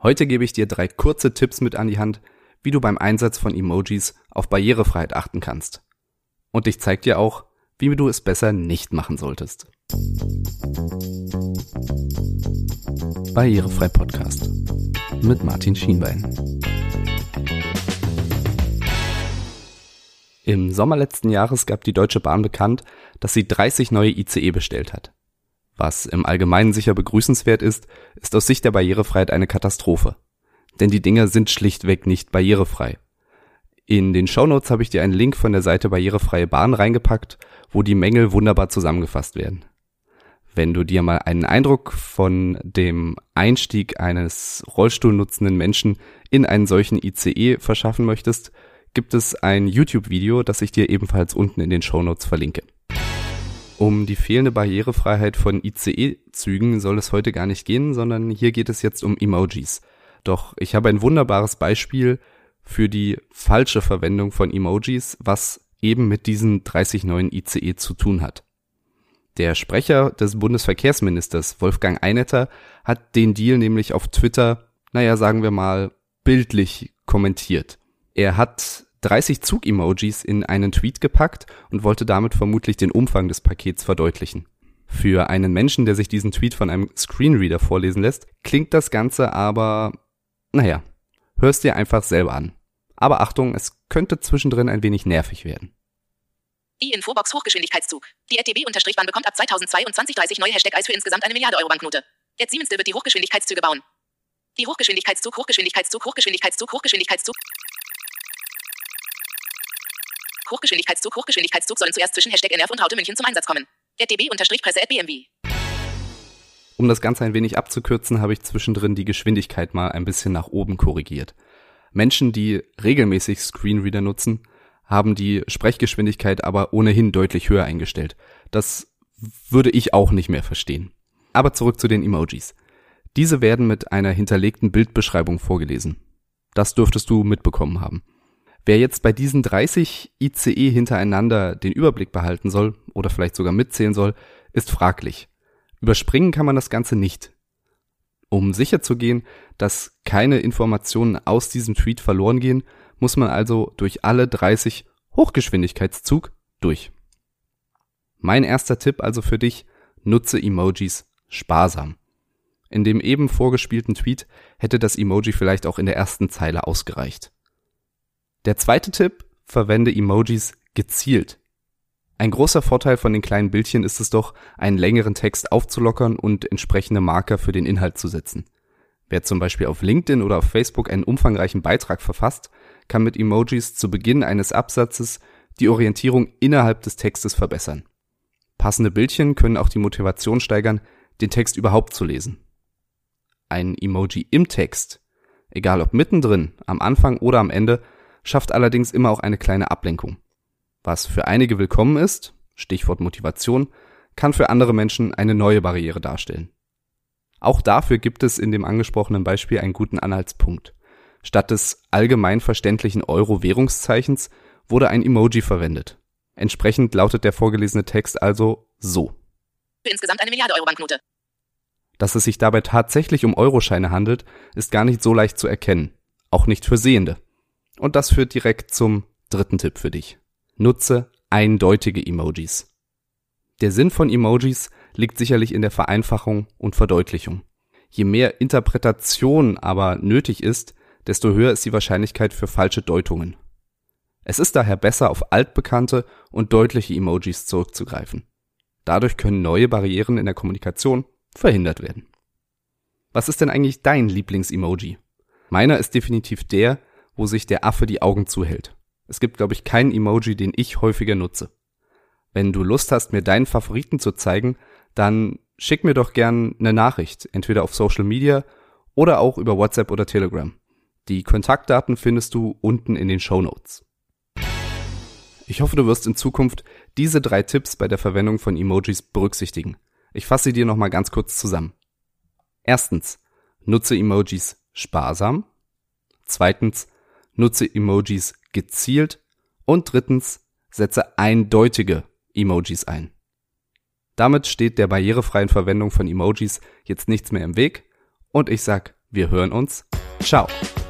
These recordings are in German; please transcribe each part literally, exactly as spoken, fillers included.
Heute gebe ich dir drei kurze Tipps mit an die Hand, wie du beim Einsatz von Emojis auf Barrierefreiheit achten kannst. Und ich zeige dir auch, wie du es besser nicht machen solltest. Barrierefrei Podcast mit Martin Schienbein. Im Sommer letzten Jahres gab die Deutsche Bahn bekannt, dass sie dreißig neue I C E bestellt hat. Was im Allgemeinen sicher begrüßenswert ist, ist aus Sicht der Barrierefreiheit eine Katastrophe. Denn die Dinger sind schlichtweg nicht barrierefrei. In den Shownotes habe ich dir einen Link von der Seite Barrierefreie Bahn reingepackt, wo die Mängel wunderbar zusammengefasst werden. Wenn du dir mal einen Eindruck von dem Einstieg eines rollstuhlnutzenden Menschen in einen solchen I C E verschaffen möchtest, gibt es ein YouTube-Video, das ich dir ebenfalls unten in den Shownotes verlinke. Um die fehlende Barrierefreiheit von I C E-Zügen soll es heute gar nicht gehen, sondern hier geht es jetzt um Emojis. Doch ich habe ein wunderbares Beispiel für die falsche Verwendung von Emojis, was eben mit diesen dreißig neuen I C E zu tun hat. Der Sprecher des Bundesverkehrsministers, Wolfgang Einetter, hat den Deal nämlich auf Twitter, naja, sagen wir mal, bildlich kommentiert. Er hat dreißig Zug-Emojis in einen Tweet gepackt und wollte damit vermutlich den Umfang des Pakets verdeutlichen. Für einen Menschen, der sich diesen Tweet von einem Screenreader vorlesen lässt, klingt das Ganze aber, naja, hör's dir einfach selber an. Aber Achtung, es könnte zwischendrin ein wenig nervig werden. Die Infobox Hochgeschwindigkeitszug. Die R T B-Bahn bekommt ab zweitausendzweiundzwanzig dreißig neue Hashtag Eis für insgesamt eine Milliarde Euro Banknote. Der Siemens wird die Hochgeschwindigkeitszüge bauen. Die Hochgeschwindigkeitszug, Hochgeschwindigkeitszug, Hochgeschwindigkeitszug, Hochgeschwindigkeitszug. Hochgeschwindigkeitszug, Hochgeschwindigkeitszug sollen zuerst zwischen Hashtag N R V und Raute München zum Einsatz kommen. R T B-Presse at B M W. Um das Ganze ein wenig abzukürzen, habe ich zwischendrin die Geschwindigkeit mal ein bisschen nach oben korrigiert. Menschen, die regelmäßig Screenreader nutzen, haben die Sprechgeschwindigkeit aber ohnehin deutlich höher eingestellt. Das würde ich auch nicht mehr verstehen. Aber zurück zu den Emojis. Diese werden mit einer hinterlegten Bildbeschreibung vorgelesen. Das dürftest du mitbekommen haben. Wer jetzt bei diesen dreißig I C E hintereinander den Überblick behalten soll oder vielleicht sogar mitzählen soll, ist fraglich. Überspringen kann man das Ganze nicht. Um sicherzugehen, dass keine Informationen aus diesem Tweet verloren gehen, muss man also durch alle dreißig Hochgeschwindigkeitszug durch. Mein erster Tipp also für dich, nutze Emojis sparsam. In dem eben vorgespielten Tweet hätte das Emoji vielleicht auch in der ersten Zeile ausgereicht. Der zweite Tipp, verwende Emojis gezielt. Ein großer Vorteil von den kleinen Bildchen ist es doch, einen längeren Text aufzulockern und entsprechende Marker für den Inhalt zu setzen. Wer zum Beispiel auf LinkedIn oder auf Facebook einen umfangreichen Beitrag verfasst, kann mit Emojis zu Beginn eines Absatzes die Orientierung innerhalb des Textes verbessern. Passende Bildchen können auch die Motivation steigern, den Text überhaupt zu lesen. Ein Emoji im Text, egal ob mittendrin, am Anfang oder am Ende, schafft allerdings immer auch eine kleine Ablenkung. Was für einige willkommen ist, Stichwort Motivation, kann für andere Menschen eine neue Barriere darstellen. Auch dafür gibt es in dem angesprochenen Beispiel einen guten Anhaltspunkt. Statt des allgemein verständlichen Euro-Währungszeichens wurde ein Emoji verwendet. Entsprechend lautet der vorgelesene Text also so. Für insgesamt eine Milliarde Euro Banknote. Dass es sich dabei tatsächlich um Euroscheine handelt, ist gar nicht so leicht zu erkennen. Auch nicht für Sehende. Und das führt direkt zum dritten Tipp für dich. Nutze eindeutige Emojis. Der Sinn von Emojis liegt sicherlich in der Vereinfachung und Verdeutlichung. Je mehr Interpretation aber nötig ist, desto höher ist die Wahrscheinlichkeit für falsche Deutungen. Es ist daher besser, auf altbekannte und deutliche Emojis zurückzugreifen. Dadurch können neue Barrieren in der Kommunikation verhindert werden. Was ist denn eigentlich dein Lieblings-Emoji? Meiner ist definitiv der, wo sich der Affe die Augen zuhält. Es gibt, glaube ich, keinen Emoji, den ich häufiger nutze. Wenn du Lust hast, mir deinen Favoriten zu zeigen, dann schick mir doch gern eine Nachricht, entweder auf Social Media oder auch über WhatsApp oder Telegram. Die Kontaktdaten findest du unten in den Shownotes. Ich hoffe, du wirst in Zukunft diese drei Tipps bei der Verwendung von Emojis berücksichtigen. Ich fasse sie dir nochmal ganz kurz zusammen. Erstens, nutze Emojis sparsam. Zweitens, nutze Emojis gezielt. Und drittens, setze eindeutige Emojis ein. Damit steht der barrierefreien Verwendung von Emojis jetzt nichts mehr im Weg und ich sag, wir hören uns Ciao.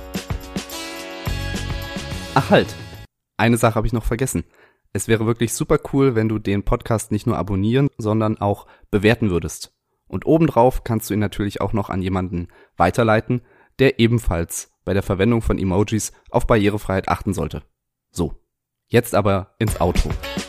Ach halt, eine Sache habe ich noch vergessen. Es wäre wirklich super cool, wenn du den Podcast nicht nur abonnieren, sondern auch bewerten würdest. Und obendrauf kannst du ihn natürlich auch noch an jemanden weiterleiten, der ebenfalls bei der Verwendung von Emojis auf Barrierefreiheit achten sollte. So, jetzt aber ins Outro.